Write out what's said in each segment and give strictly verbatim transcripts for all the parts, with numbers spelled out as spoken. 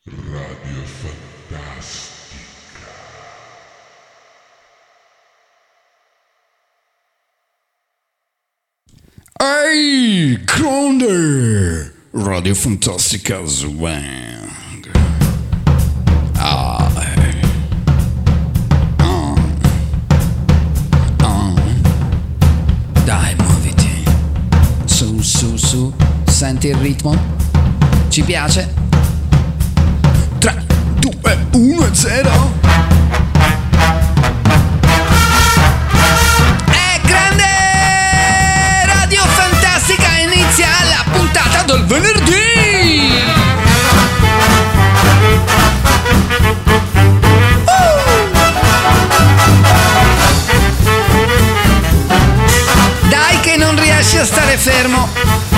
Radio Fantastica. Ehi, grande! Radio Fantastica Swang. Ah, eh. Ah. Ah. Dai, muoviti. Su, su, su. Senti il ritmo? Ci piace? tre, due, uno, zero. Del venerdì! Uh! Dai che non riesci a stare fermo!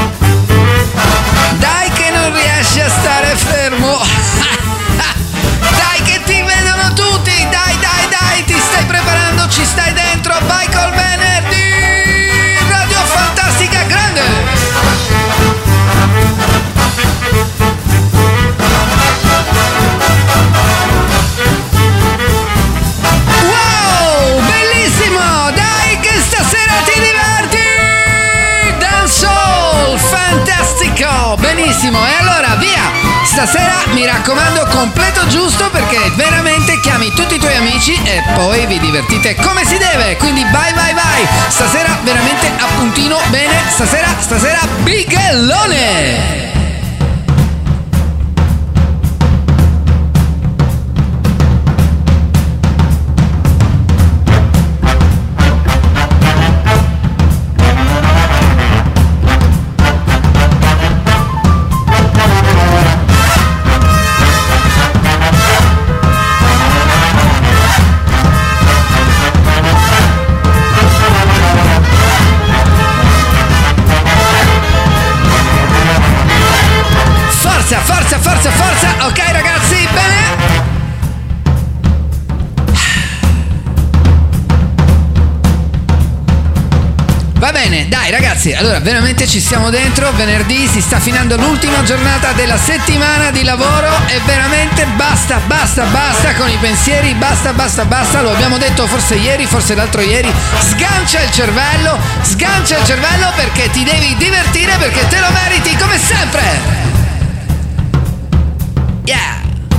Dai che non riesci a stare fermo! Dai che ti vedono tutti! Dai, dai, dai! Ti stai preparando, ci stai dentro! Vai col venerdì! Radio Fantastica Grande! Wow, bellissimo! Dai che stasera ti diverti! Dancehall, fantastico! Benissimo, e allora via! Stasera mi raccomando completo giusto perché veramente chiami tutti i tuoi amici e poi vi divertite come si deve, quindi vai vai vai! Stasera veramente a puntino bene, stasera, stasera bighellone! Forza, forza, forza! Ok ragazzi, bene? Va bene, dai ragazzi, allora veramente ci siamo dentro, venerdì si sta finendo l'ultima giornata della settimana di lavoro e veramente basta, basta, basta con i pensieri, basta, basta, basta, lo abbiamo detto forse ieri, forse l'altro ieri, sgancia il cervello, sgancia il cervello perché ti devi divertire, perché te lo meriti come sempre! Yeah!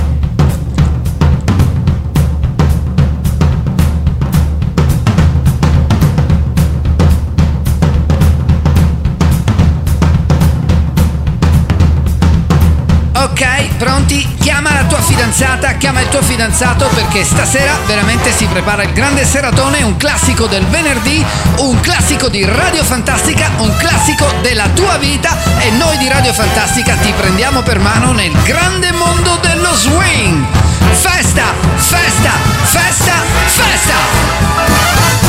Ok, pronti? Chiama la tua fidanzata, chiama il tuo fidanzato perché stasera veramente si prepara il grande seratone, un classico del venerdì, un classico di Radio Fantastica, un classico della tua vita e noi di Radio Fantastica ti prendiamo per mano nel grande mondo dello swing. Festa, festa, festa, festa!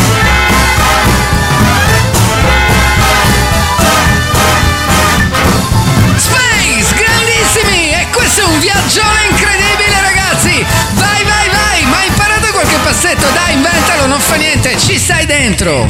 Questo è un viaggione incredibile ragazzi! Vai vai vai! Ma hai imparato qualche passetto? Dai, inventalo, non fa niente, ci stai dentro!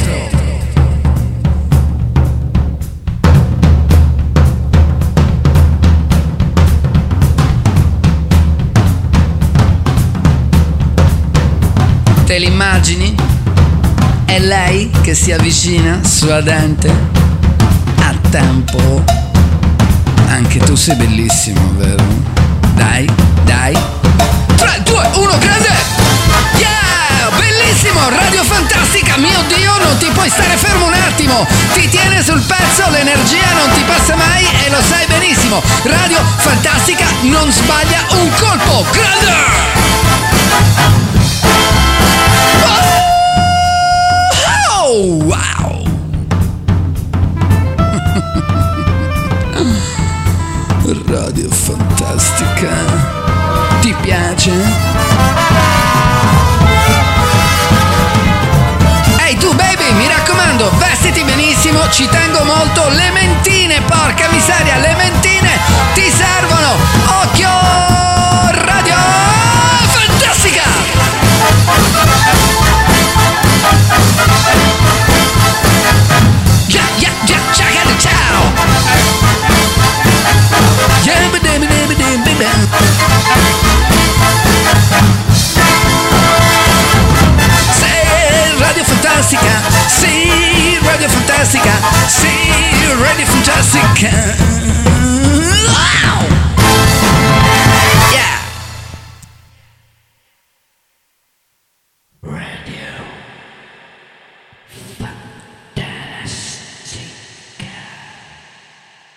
Te l'immagini? È lei che si avvicina suadente a tempo. Anche tu sei bellissimo, vero? Dai, dai. tre, due, uno, grande! Yeah! Bellissimo! Radio Fantastica, mio Dio, non ti puoi stare fermo un attimo! Ti tiene sul pezzo, l'energia non ti passa mai e lo sai benissimo! Radio Fantastica non sbaglia un colpo! Grande! Oh! Wow! Radio Fantastica, ti piace? Ehi tu baby, mi raccomando, vestiti benissimo, ci tengo molto, le mentine, porca miseria, le mentine, ti